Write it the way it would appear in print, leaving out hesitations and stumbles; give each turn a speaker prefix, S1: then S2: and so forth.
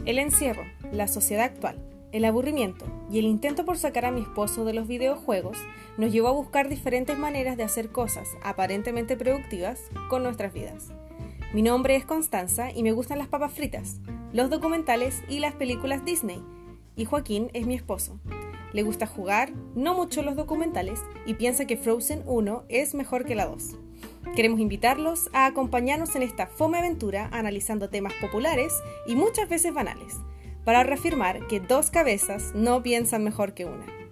S1: El encierro, la sociedad actual, el aburrimiento y el intento por sacar a mi esposo de los videojuegos nos llevó a buscar diferentes maneras de hacer cosas aparentemente productivas con nuestras vidas. Mi nombre es Constanza y me gustan las papas fritas, los documentales y las películas Disney. Y Joaquín es mi esposo. Le gusta jugar, no mucho los documentales y piensa que Frozen 1 es mejor que la 2. Queremos invitarlos a acompañarnos en esta fome aventura analizando temas populares y muchas veces banales, para reafirmar que dos cabezas no piensan mejor que una.